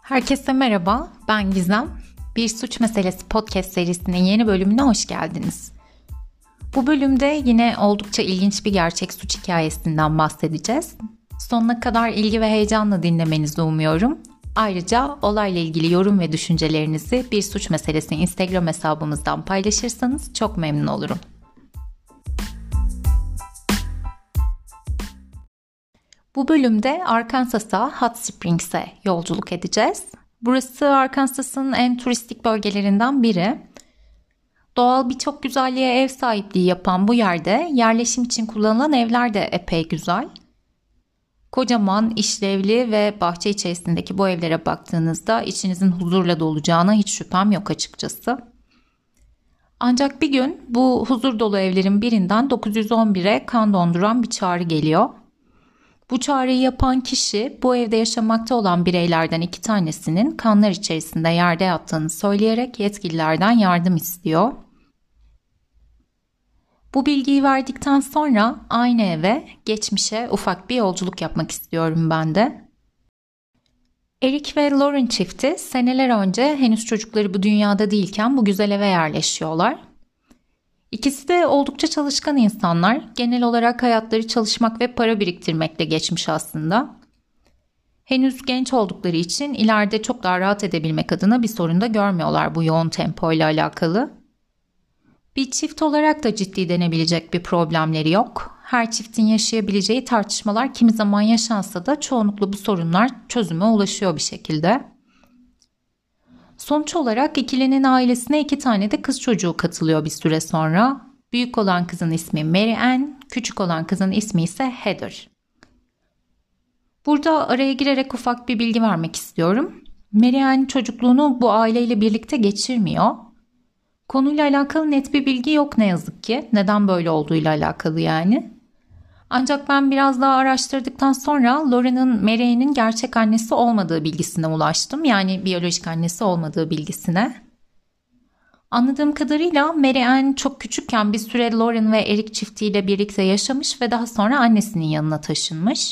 Herkese merhaba, ben Gizem. Bir Suç Meselesi podcast serisinin yeni bölümüne hoş geldiniz. Bu bölümde yine oldukça ilginç bir gerçek suç hikayesinden bahsedeceğiz. Sonuna kadar ilgi ve heyecanla dinlemenizi umuyorum. Ayrıca olayla ilgili yorum ve düşüncelerinizi Bir Suç Meselesi Instagram hesabımızdan paylaşırsanız çok memnun olurum. Bu bölümde Arkansas'a, Hot Springs'e yolculuk edeceğiz. Burası Arkansas'ın en turistik bölgelerinden biri. Doğal birçok güzelliğe ev sahipliği yapan bu yerde yerleşim için kullanılan evler de epey güzel. Kocaman, işlevli ve bahçe içerisindeki bu evlere baktığınızda içinizin huzurla dolacağına hiç şüphem yok açıkçası. Ancak bir gün bu huzur dolu evlerin birinden 911'e kan donduran bir çağrı geliyor. Bu çağrıyı yapan kişi bu evde yaşamakta olan bireylerden 2 tanesinin kanlar içerisinde yerde yattığını söyleyerek yetkililerden yardım istiyor. Bu bilgiyi verdikten sonra aynı eve, geçmişe ufak bir yolculuk yapmak istiyorum ben de. Eric ve Lauren çifti seneler önce henüz çocukları bu dünyada değilken bu güzel eve yerleşiyorlar. İkisi de oldukça çalışkan insanlar. Genel olarak hayatları çalışmak ve para biriktirmekle geçmiş aslında. Henüz genç oldukları için ileride çok daha rahat edebilmek adına bir sorun da görmüyorlar bu yoğun tempoyla alakalı. Bir çift olarak da ciddi denebilecek bir problemleri yok. Her çiftin yaşayabileceği tartışmalar kimi zaman yaşansa da çoğunlukla bu sorunlar çözüme ulaşıyor bir şekilde. Sonuç olarak ikilinin ailesine 2 tane de kız çocuğu katılıyor bir süre sonra. Büyük olan kızın ismi Mary Ann, küçük olan kızın ismi ise Heather. Burada araya girerek ufak bir bilgi vermek istiyorum. Mary Ann çocukluğunu bu aileyle birlikte geçirmiyor. Konuyla alakalı net bir bilgi yok ne yazık ki. Neden böyle olduğuyla alakalı yani. Ancak ben biraz daha araştırdıktan sonra Lauren'ın Mary Ann'in gerçek annesi olmadığı bilgisine ulaştım. Yani biyolojik annesi olmadığı bilgisine. Anladığım kadarıyla Mary Ann çok küçükken bir süre Lauren ve Eric çiftiyle birlikte yaşamış ve daha sonra annesinin yanına taşınmış.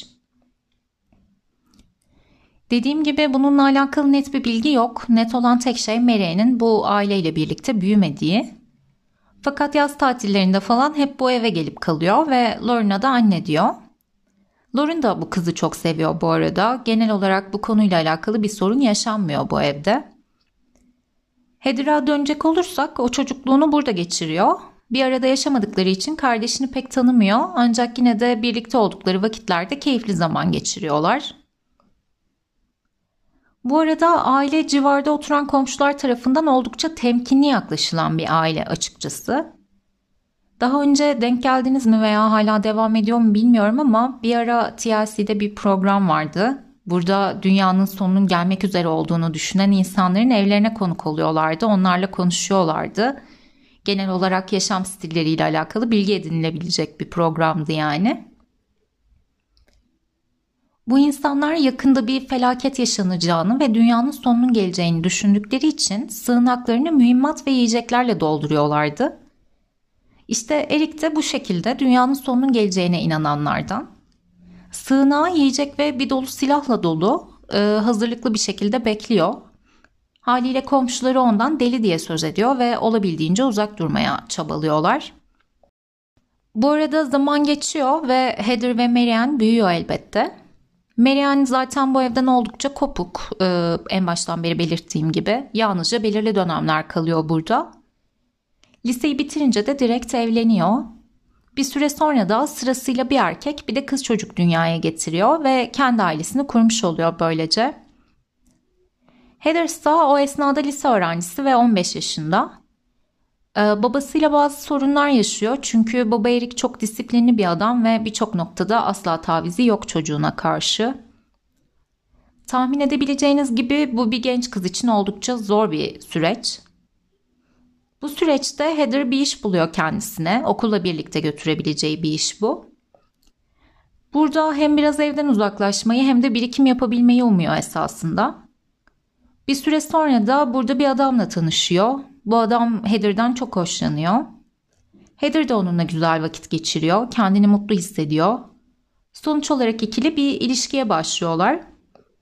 Dediğim gibi bununla alakalı net bir bilgi yok. Net olan tek şey Mary Ann'in bu aileyle birlikte büyümediği. Fakat yaz tatillerinde falan hep bu eve gelip kalıyor ve Lauren'a da anne diyor. Lauren da bu kızı çok seviyor bu arada. Genel olarak bu konuyla alakalı bir sorun yaşanmıyor bu evde. Heather'a dönecek olursak o çocukluğunu burada geçiriyor. Bir arada yaşamadıkları için kardeşini pek tanımıyor ancak yine de birlikte oldukları vakitlerde keyifli zaman geçiriyorlar. Bu arada aile civarda oturan komşular tarafından oldukça temkinli yaklaşılan bir aile açıkçası. Daha önce denk geldiniz mi veya hala devam ediyor mu bilmiyorum ama bir ara TLC'de bir program vardı. Burada dünyanın sonunun gelmek üzere olduğunu düşünen insanların evlerine konuk oluyorlardı. Onlarla konuşuyorlardı. Genel olarak yaşam stilleriyle alakalı bilgi edinilebilecek bir programdı yani. Bu insanlar yakında bir felaket yaşanacağını ve dünyanın sonunun geleceğini düşündükleri için sığınaklarını mühimmat ve yiyeceklerle dolduruyorlardı. İşte Eric de bu şekilde dünyanın sonunun geleceğine inananlardan. Sığınağı yiyecek ve bir dolu silahla dolu, hazırlıklı bir şekilde bekliyor. Haliyle komşuları ondan deli diye söz ediyor ve olabildiğince uzak durmaya çabalıyorlar. Bu arada zaman geçiyor ve Heather ve Mary Ann büyüyor elbette. Mary Ann zaten bu evden oldukça kopuk, en baştan beri belirttiğim gibi. Yalnızca belirli dönemler kalıyor burada. Liseyi bitirince de direkt evleniyor. Bir süre sonra da sırasıyla bir erkek bir de kız çocuk dünyaya getiriyor ve kendi ailesini kurmuş oluyor böylece. Heather ise o esnada lise öğrencisi ve 15 yaşında. Babasıyla bazı sorunlar yaşıyor çünkü baba Eric çok disiplinli bir adam ve birçok noktada asla tavizi yok çocuğuna karşı. Tahmin edebileceğiniz gibi bu bir genç kız için oldukça zor bir süreç. Bu süreçte Heather bir iş buluyor kendisine, okulla birlikte götürebileceği bir iş bu. Burada hem biraz evden uzaklaşmayı hem de birikim yapabilmeyi umuyor esasında. Bir süre sonra da burada bir adamla tanışıyor. Bu adam Heather'dan çok hoşlanıyor. Heather de onunla güzel vakit geçiriyor, kendini mutlu hissediyor. Sonuç olarak ikili bir ilişkiye başlıyorlar.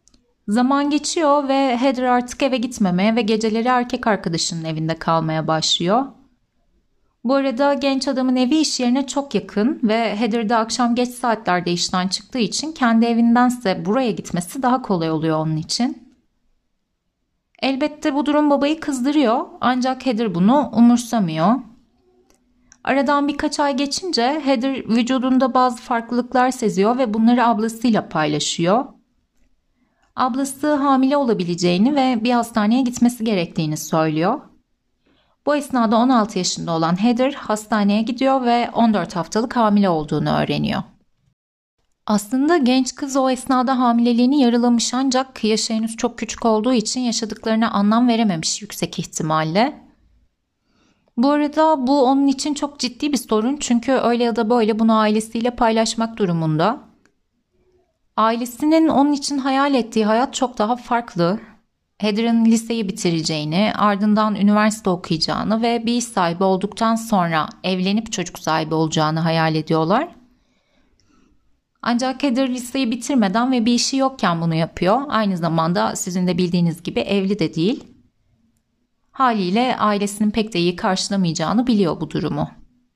Zaman geçiyor ve Heather artık eve gitmemeye ve geceleri erkek arkadaşının evinde kalmaya başlıyor. Bu arada genç adamın evi iş yerine çok yakın ve Heather de akşam geç saatlerde işten çıktığı için kendi evindense buraya gitmesi daha kolay oluyor onun için. Elbette bu durum babayı kızdırıyor ancak Heather bunu umursamıyor. Aradan birkaç ay geçince Heather vücudunda bazı farklılıklar seziyor ve bunları ablasıyla paylaşıyor. Ablası hamile olabileceğini ve bir hastaneye gitmesi gerektiğini söylüyor. Bu esnada 16 yaşında olan Heather hastaneye gidiyor ve 14 haftalık hamile olduğunu öğreniyor. Aslında genç kız o esnada hamileliğini yarılamış ancak yaşı henüz çok küçük olduğu için yaşadıklarına anlam verememiş yüksek ihtimalle. Bu arada bu onun için çok ciddi bir sorun çünkü öyle ya da böyle bunu ailesiyle paylaşmak durumunda. Ailesinin onun için hayal ettiği hayat çok daha farklı. Heather'ın liseyi bitireceğini, ardından üniversite okuyacağını ve bir iş sahibi olduktan sonra evlenip çocuk sahibi olacağını hayal ediyorlar. Ancak Heather liseyi bitirmeden ve bir işi yokken bunu yapıyor. Aynı zamanda sizin de bildiğiniz gibi evli de değil. Haliyle ailesinin pek de iyi karşılamayacağını biliyor bu durumu.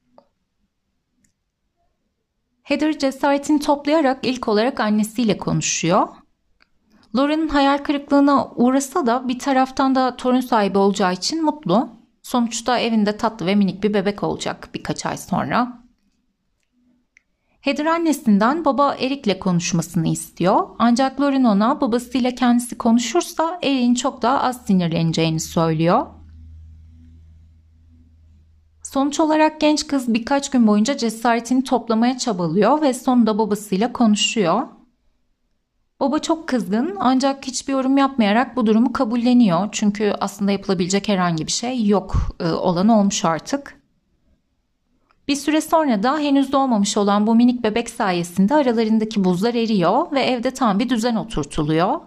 Heather cesaretini toplayarak ilk olarak annesiyle konuşuyor. Lauren'ın hayal kırıklığına uğrasa da bir taraftan da torun sahibi olacağı için mutlu. Sonuçta evinde tatlı ve minik bir bebek olacak birkaç ay sonra. Heather annesinden baba Eric'le konuşmasını istiyor. Ancak Lauren ona babasıyla kendisi konuşursa Eric'in çok daha az sinirleneceğini söylüyor. Sonuç olarak genç kız birkaç gün boyunca cesaretini toplamaya çabalıyor ve sonunda babasıyla konuşuyor. Baba çok kızgın ancak hiçbir yorum yapmayarak bu durumu kabulleniyor. Çünkü aslında yapılabilecek herhangi bir şey yok. Olan olmuş artık. Bir süre sonra da henüz doğmamış olan bu minik bebek sayesinde aralarındaki buzlar eriyor ve evde tam bir düzen oturtuluyor.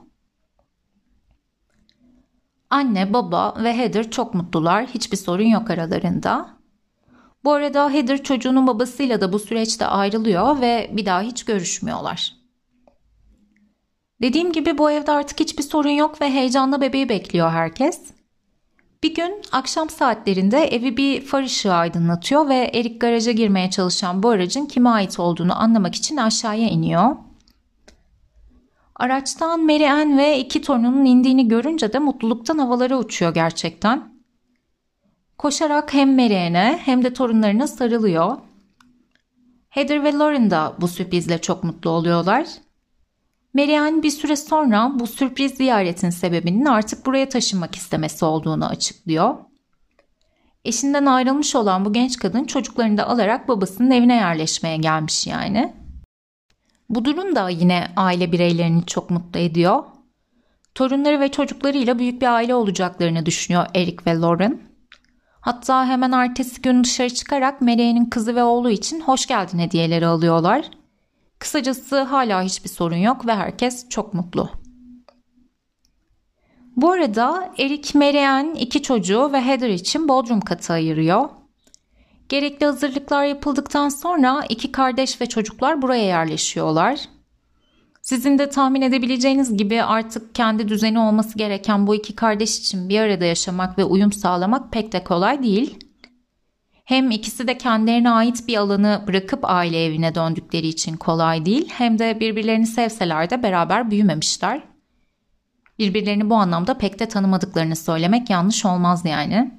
Anne, baba ve Heather çok mutlular. Hiçbir sorun yok aralarında. Bu arada Heather çocuğunun babasıyla da bu süreçte ayrılıyor ve bir daha hiç görüşmüyorlar. Dediğim gibi bu evde artık hiçbir sorun yok ve heyecanla bebeği bekliyor herkes. Bir gün akşam saatlerinde evi bir far ışığı aydınlatıyor ve Eric garaja girmeye çalışan bu aracın kime ait olduğunu anlamak için aşağıya iniyor. Araçtan Mary Ann ve 2 torununun indiğini görünce de mutluluktan havalara uçuyor gerçekten. Koşarak hem Mary Ann'e hem de torunlarına sarılıyor. Heather ve Lauren da bu sürprizle çok mutlu oluyorlar. Mary Ann bir süre sonra bu sürpriz ziyaretin sebebinin artık buraya taşınmak istemesi olduğunu açıklıyor. Eşinden ayrılmış olan bu genç kadın çocuklarını da alarak babasının evine yerleşmeye gelmiş yani. Bu durum da yine aile bireylerini çok mutlu ediyor. Torunları ve çocuklarıyla büyük bir aile olacaklarını düşünüyor Eric ve Lauren. Hatta hemen ertesi gün dışarı çıkarak Mary Ann'in kızı ve oğlu için hoş geldin hediyeleri alıyorlar. Kısacası hala hiçbir sorun yok ve herkes çok mutlu. Bu arada Eric, Mary Ann 2 çocuğu ve Heather için bodrum katı ayırıyor. Gerekli hazırlıklar yapıldıktan sonra 2 kardeş ve çocuklar buraya yerleşiyorlar. Sizin de tahmin edebileceğiniz gibi artık kendi düzeni olması gereken bu 2 kardeş için bir arada yaşamak ve uyum sağlamak pek de kolay değil. Hem ikisi de kendilerine ait bir alanı bırakıp aile evine döndükleri için kolay değil, hem de birbirlerini sevseler de beraber büyümemişler. Birbirlerini bu anlamda pek de tanımadıklarını söylemek yanlış olmaz yani.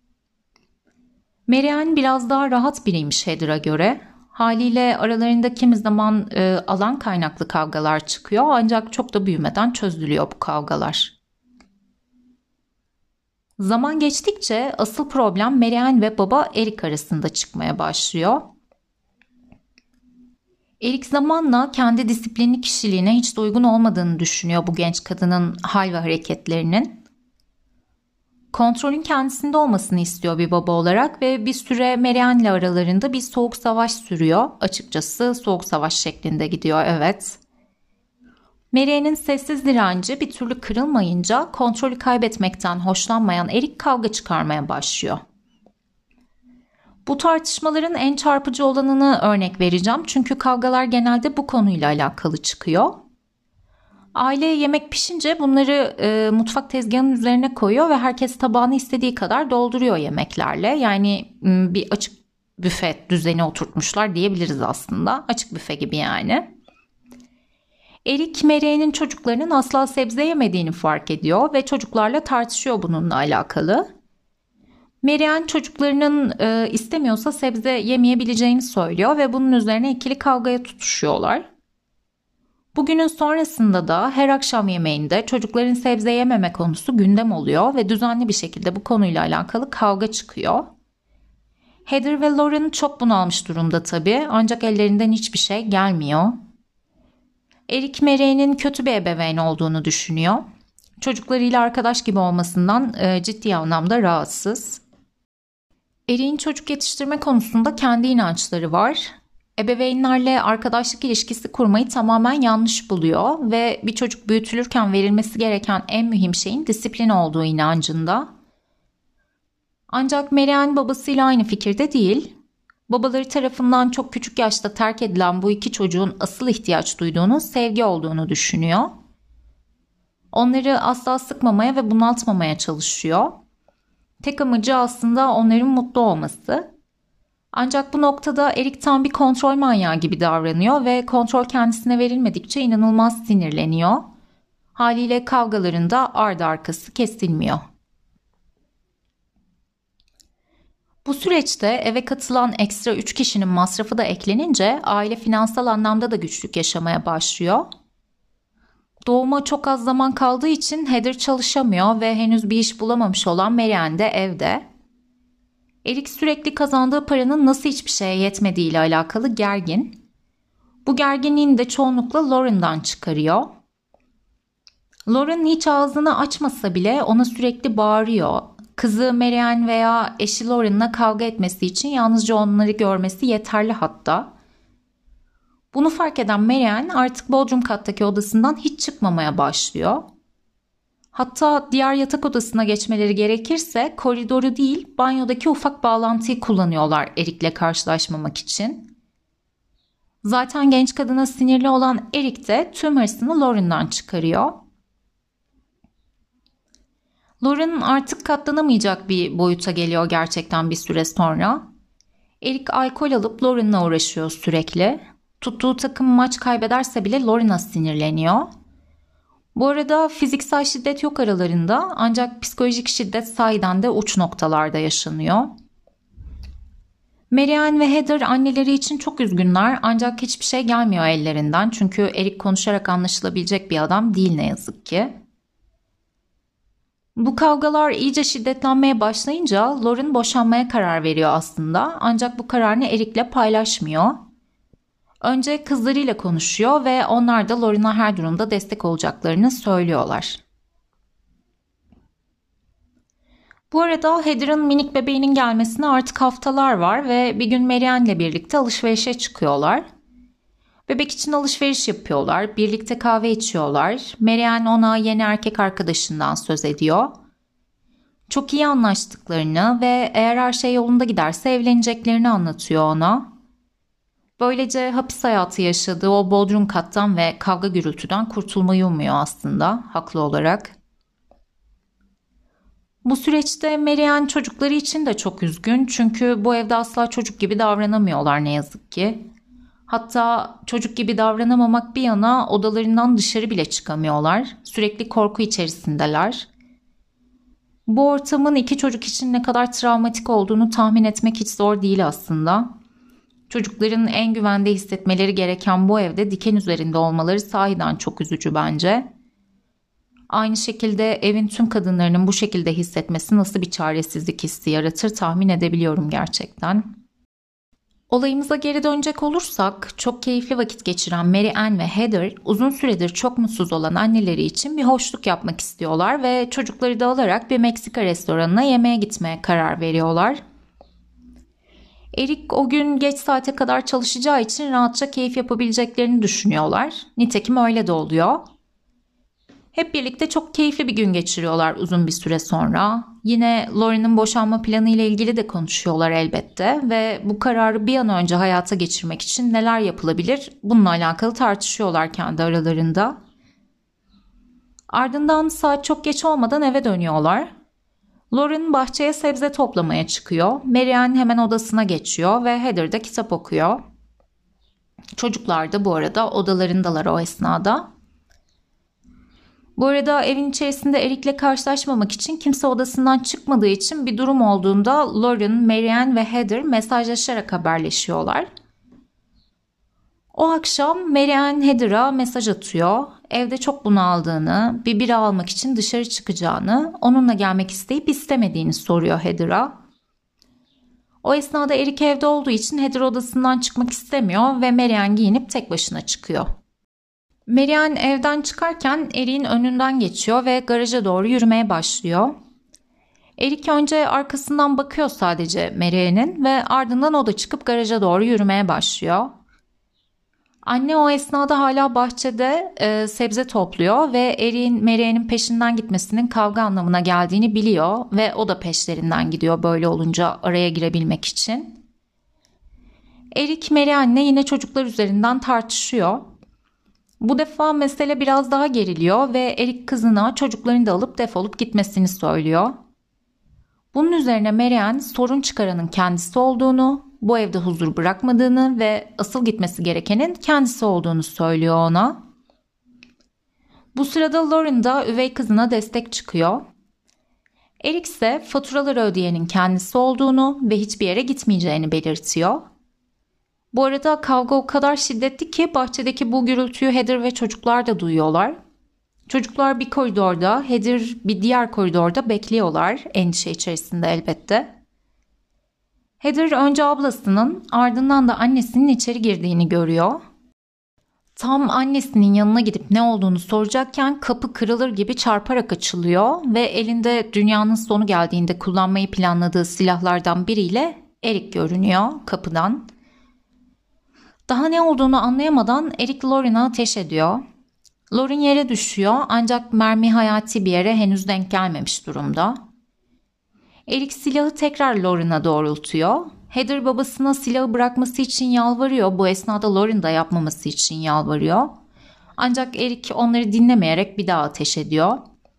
Mary Ann biraz daha rahat biriymiş Heather'a göre. Haliyle aralarında kimi zaman alan kaynaklı kavgalar çıkıyor ancak çok da büyümeden çözülüyor bu kavgalar. Zaman geçtikçe asıl problem Mary Ann ve baba Eric arasında çıkmaya başlıyor. Eric zamanla kendi disiplinli kişiliğine hiç de uygun olmadığını düşünüyor bu genç kadının hal ve hareketlerinin. Kontrolün kendisinde olmasını istiyor bir baba olarak ve bir süre Mary Ann ile aralarında bir soğuk savaş sürüyor. Açıkçası soğuk savaş şeklinde gidiyor, evet. Mary Ann'in sessiz direnci bir türlü kırılmayınca kontrolü kaybetmekten hoşlanmayan Eric kavga çıkarmaya başlıyor. Bu tartışmaların en çarpıcı olanını örnek vereceğim çünkü kavgalar genelde bu konuyla alakalı çıkıyor. Aile yemek pişince bunları mutfak tezgahının üzerine koyuyor ve herkes tabağını istediği kadar dolduruyor yemeklerle. Yani bir açık büfe düzeni oturtmuşlar diyebiliriz aslında. Açık büfe gibi yani. Eric, Mary'nin çocuklarının asla sebze yemediğini fark ediyor ve çocuklarla tartışıyor bununla alakalı. Marianne çocuklarının istemiyorsa sebze yemeyebileceğini söylüyor ve bunun üzerine ikili kavgaya tutuşuyorlar. Bugünün sonrasında da her akşam yemeğinde çocukların sebze yememe konusu gündem oluyor ve düzenli bir şekilde bu konuyla alakalı kavga çıkıyor. Heather ve Lauren çok bunalmış durumda tabii, ancak ellerinden hiçbir şey gelmiyor. Eric, Mary'nin kötü bir ebeveyn olduğunu düşünüyor. Çocuklarıyla arkadaş gibi olmasından ciddi anlamda rahatsız. Eric'in çocuk yetiştirme konusunda kendi inançları var. Ebeveynlerle arkadaşlık ilişkisi kurmayı tamamen yanlış buluyor ve bir çocuk büyütülürken verilmesi gereken en mühim şeyin disiplin olduğu inancında. Ancak Marianne babasıyla aynı fikirde değil. Babaları tarafından çok küçük yaşta terk edilen bu iki çocuğun asıl ihtiyaç duyduğunun sevgi olduğunu düşünüyor. Onları asla sıkmamaya ve bunaltmamaya çalışıyor. Tek amacı aslında onların mutlu olması. Ancak bu noktada Eric tam bir kontrol manyağı gibi davranıyor ve kontrol kendisine verilmedikçe inanılmaz sinirleniyor. Haliyle kavgalarında ardı arkası kesilmiyor. Bu süreçte eve katılan ekstra 3 kişinin masrafı da eklenince aile finansal anlamda da güçlük yaşamaya başlıyor. Doğuma çok az zaman kaldığı için Heather çalışamıyor ve henüz bir iş bulamamış olan Marianne de evde. Eric sürekli kazandığı paranın nasıl hiçbir şeye yetmediği ile alakalı gergin. Bu gerginliğini de çoğunlukla Lauren'dan çıkarıyor. Lauren hiç ağzını açmasa bile ona sürekli bağırıyor. Kızı Marianne veya eşi Lauren'la kavga etmesi için yalnızca onları görmesi yeterli hatta. Bunu fark eden Marianne artık bodrum kattaki odasından hiç çıkmamaya başlıyor. Hatta diğer yatak odasına geçmeleri gerekirse koridoru değil, banyodaki ufak bağlantıyı kullanıyorlar Eric'le karşılaşmamak için. Zaten genç kadına sinirli olan Eric de tüm hırsını Lauren'dan çıkarıyor. Lauren artık katlanamayacak bir boyuta geliyor gerçekten bir süre sonra. Eric alkol alıp Lauren'la uğraşıyor sürekli. Tuttuğu takım maç kaybederse bile Lauren'a sinirleniyor. Bu arada fiziksel şiddet yok aralarında, ancak psikolojik şiddet sahiden de uç noktalarda yaşanıyor. Marianne ve Heather anneleri için çok üzgünler, ancak hiçbir şey gelmiyor ellerinden çünkü Eric konuşarak anlaşılabilecek bir adam değil ne yazık ki. Bu kavgalar iyice şiddetlenmeye başlayınca Lauren boşanmaya karar veriyor aslında, ancak bu kararını Eric'le paylaşmıyor. Önce kızlarıyla konuşuyor ve onlar da Lauren'a her durumda destek olacaklarını söylüyorlar. Bu arada Heather'ın minik bebeğinin gelmesine artık haftalar var ve bir gün Marianne'le birlikte alışverişe çıkıyorlar. Bebek için alışveriş yapıyorlar, birlikte kahve içiyorlar. Marianne ona yeni erkek arkadaşından söz ediyor. Çok iyi anlaştıklarını ve eğer her şey yolunda giderse evleneceklerini anlatıyor ona. Böylece hapis hayatı yaşadığı o bodrum kattan ve kavga gürültüden kurtulmayı umuyor aslında, haklı olarak. Bu süreçte Marianne çocukları için de çok üzgün çünkü bu evde asla çocuk gibi davranamıyorlar ne yazık ki. Hatta çocuk gibi davranamamak bir yana odalarından dışarı bile çıkamıyorlar. Sürekli korku içerisindeler. Bu ortamın iki çocuk için ne kadar travmatik olduğunu tahmin etmek hiç zor değil aslında. Çocukların en güvende hissetmeleri gereken bu evde diken üzerinde olmaları sahiden çok üzücü bence. Aynı şekilde evin tüm kadınlarının bu şekilde hissetmesi nasıl bir çaresizlik hissi yaratır tahmin edebiliyorum gerçekten. Olayımıza geri dönecek olursak çok keyifli vakit geçiren Marianne ve Heather uzun süredir çok mutsuz olan anneleri için bir hoşluk yapmak istiyorlar ve çocukları da alarak bir Meksika restoranına yemeğe gitmeye karar veriyorlar. Eric o gün geç saate kadar çalışacağı için rahatça keyif yapabileceklerini düşünüyorlar. Nitekim öyle de oluyor. Hep birlikte çok keyifli bir gün geçiriyorlar uzun bir süre sonra. Yine Lauren'ın boşanma planı ile ilgili de konuşuyorlar elbette ve bu kararı bir an önce hayata geçirmek için neler yapılabilir bununla alakalı tartışıyorlar kendi aralarında. Ardından saat çok geç olmadan eve dönüyorlar. Lauren bahçeye sebze toplamaya çıkıyor. Marianne hemen odasına geçiyor ve Heather de kitap okuyor. Çocuklar da bu arada odalarındalar o esnada. Bu arada evin içerisinde Eric'le karşılaşmamak için kimse odasından çıkmadığı için bir durum olduğunda Lauren, Marianne ve Heather mesajlaşarak haberleşiyorlar. O akşam Marianne Heather'a mesaj atıyor. Evde çok bunaldığını, bir bira almak için dışarı çıkacağını, onunla gelmek isteyip istemediğini soruyor Heather'a. O esnada Eric evde olduğu için Heather odasından çıkmak istemiyor ve Marianne giyinip tek başına çıkıyor. Marianne evden çıkarken Eric'in önünden geçiyor ve garaja doğru yürümeye başlıyor. Eric önce arkasından bakıyor sadece Marianne'in ve ardından o da çıkıp garaja doğru yürümeye başlıyor. Anne o esnada hala bahçede sebze topluyor ve Eric'in Marianne'in peşinden gitmesinin kavga anlamına geldiğini biliyor ve o da peşlerinden gidiyor böyle olunca araya girebilmek için. Eric Marianne'le yine çocuklar üzerinden tartışıyor. Bu defa mesele biraz daha geriliyor ve Eric kızına çocuklarını da alıp defolup gitmesini söylüyor. Bunun üzerine Marianne sorun çıkaranın kendisi olduğunu, bu evde huzur bırakmadığını ve asıl gitmesi gerekenin kendisi olduğunu söylüyor ona. Bu sırada Lauren da üvey kızına destek çıkıyor. Eric ise faturaları ödeyenin kendisi olduğunu ve hiçbir yere gitmeyeceğini belirtiyor. Bu arada kavga o kadar şiddetli ki bahçedeki bu gürültüyü Heather ve çocuklar da duyuyorlar. Çocuklar bir koridorda, Heather bir diğer koridorda bekliyorlar, endişe içerisinde elbette. Heather önce ablasının ardından da annesinin içeri girdiğini görüyor. Tam annesinin yanına gidip ne olduğunu soracakken kapı kırılır gibi çarparak açılıyor ve elinde dünyanın sonu geldiğinde kullanmayı planladığı silahlardan biriyle Eric görünüyor kapıdan. Daha ne olduğunu anlayamadan Eric Lauren'a ateş ediyor. Lauren yere düşüyor ancak mermi hayati bir yere henüz denk gelmemiş durumda. Eric silahı tekrar Lauren'a doğrultuyor. Heather babasına silahı bırakması için yalvarıyor. Bu esnada Lauren da yapmaması için yalvarıyor. Ancak Eric onları dinlemeyerek bir daha ateş ediyor.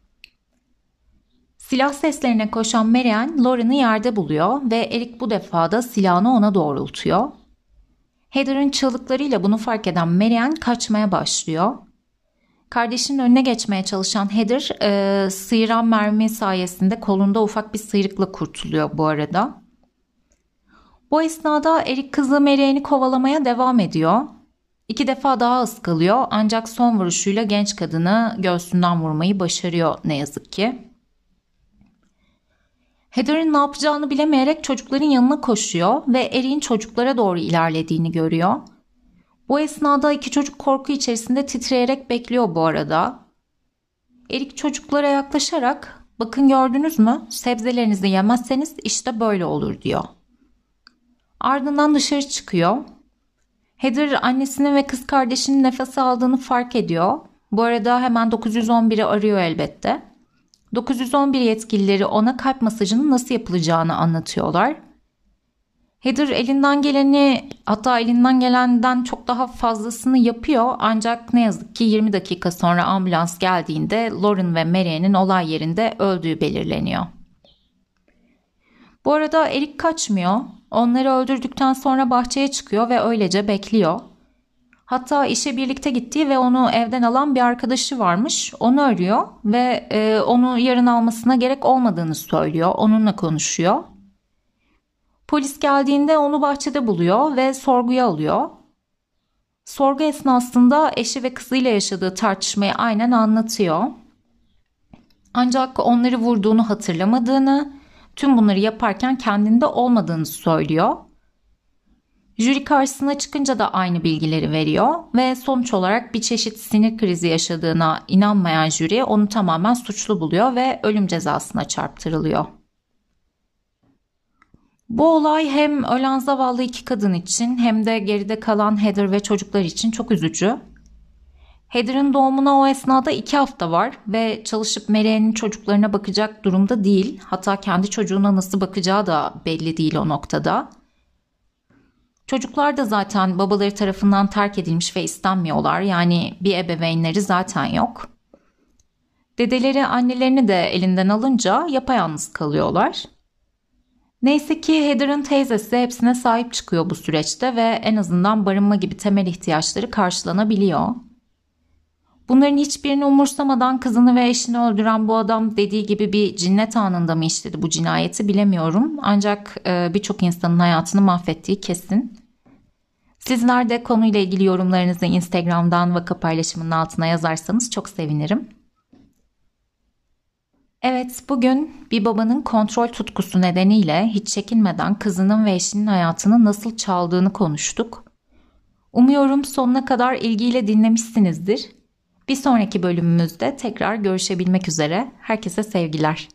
Silah seslerine koşan Marianne Lauren'ı yerde buluyor ve Eric bu defa da silahını ona doğrultuyor. Heather'ın çığlıklarıyla bunu fark eden Marianne kaçmaya başlıyor. Kardeşinin önüne geçmeye çalışan Heather sıyıran mermi sayesinde kolunda ufak bir sıyrıkla kurtuluyor bu arada. Bu esnada Eric kızı Marianne'i kovalamaya devam ediyor. 2 defa daha ıskalıyor ancak son vuruşuyla genç kadını göğsünden vurmayı başarıyor ne yazık ki. Heather'ın ne yapacağını bilemeyerek çocukların yanına koşuyor ve Eric'in çocuklara doğru ilerlediğini görüyor. Bu esnada 2 çocuk korku içerisinde titreyerek bekliyor bu arada. Eric çocuklara yaklaşarak "Bakın gördünüz mü? Sebzelerinizi yemezseniz işte böyle olur." diyor. Ardından dışarı çıkıyor. Heather annesinin ve kız kardeşinin nefes aldığını fark ediyor. Bu arada hemen 911'i arıyor elbette. 911 yetkilileri ona kalp masajının nasıl yapılacağını anlatıyorlar. Heather elinden geleni, hatta elinden gelenden çok daha fazlasını yapıyor ancak ne yazık ki 20 dakika sonra ambulans geldiğinde Lauren ve Marianne'in olay yerinde öldüğü belirleniyor. Bu arada Eric kaçmıyor. Onları öldürdükten sonra bahçeye çıkıyor ve öylece bekliyor. Hatta işe birlikte gittiği ve onu evden alan bir arkadaşı varmış. Onu arıyor ve onu yarın almasına gerek olmadığını söylüyor. Onunla konuşuyor. Polis geldiğinde onu bahçede buluyor ve sorguya alıyor. Sorgu esnasında eşi ve kızıyla yaşadığı tartışmayı aynen anlatıyor. Ancak onları vurduğunu hatırlamadığını, tüm bunları yaparken kendinde olmadığını söylüyor. Jüri karşısına çıkınca da aynı bilgileri veriyor ve sonuç olarak bir çeşit sinir krizi yaşadığına inanmayan jüri onu tamamen suçlu buluyor ve ölüm cezasına çarptırılıyor. Bu olay hem ölen zavallı 2 kadın için hem de geride kalan Heather ve çocuklar için çok üzücü. Heather'ın doğumuna o esnada 2 hafta var ve çalışıp Marianne'in çocuklarına bakacak durumda değil. Hatta kendi çocuğuna nasıl bakacağı da belli değil o noktada. Çocuklar da zaten babaları tarafından terk edilmiş ve istenmiyorlar. Yani bir ebeveynleri zaten yok. Dedeleri annelerini de elinden alınca yapayalnız kalıyorlar. Neyse ki Heather'ın teyzesi hepsine sahip çıkıyor bu süreçte ve en azından barınma gibi temel ihtiyaçları karşılanabiliyor. Bunların hiçbirini umursamadan kızını ve eşini öldüren bu adam dediği gibi bir cinnet anında mı işledi bu cinayeti bilemiyorum. Ancak birçok insanın hayatını mahvettiği kesin. Sizler de konuyla ilgili yorumlarınızı Instagram'dan vaka paylaşımının altına yazarsanız çok sevinirim. Evet, bugün bir babanın kontrol tutkusu nedeniyle hiç çekinmeden kızının ve eşinin hayatını nasıl çaldığını konuştuk. Umuyorum sonuna kadar ilgiyle dinlemişsinizdir. Bir sonraki bölümümüzde tekrar görüşebilmek üzere. Herkese sevgiler.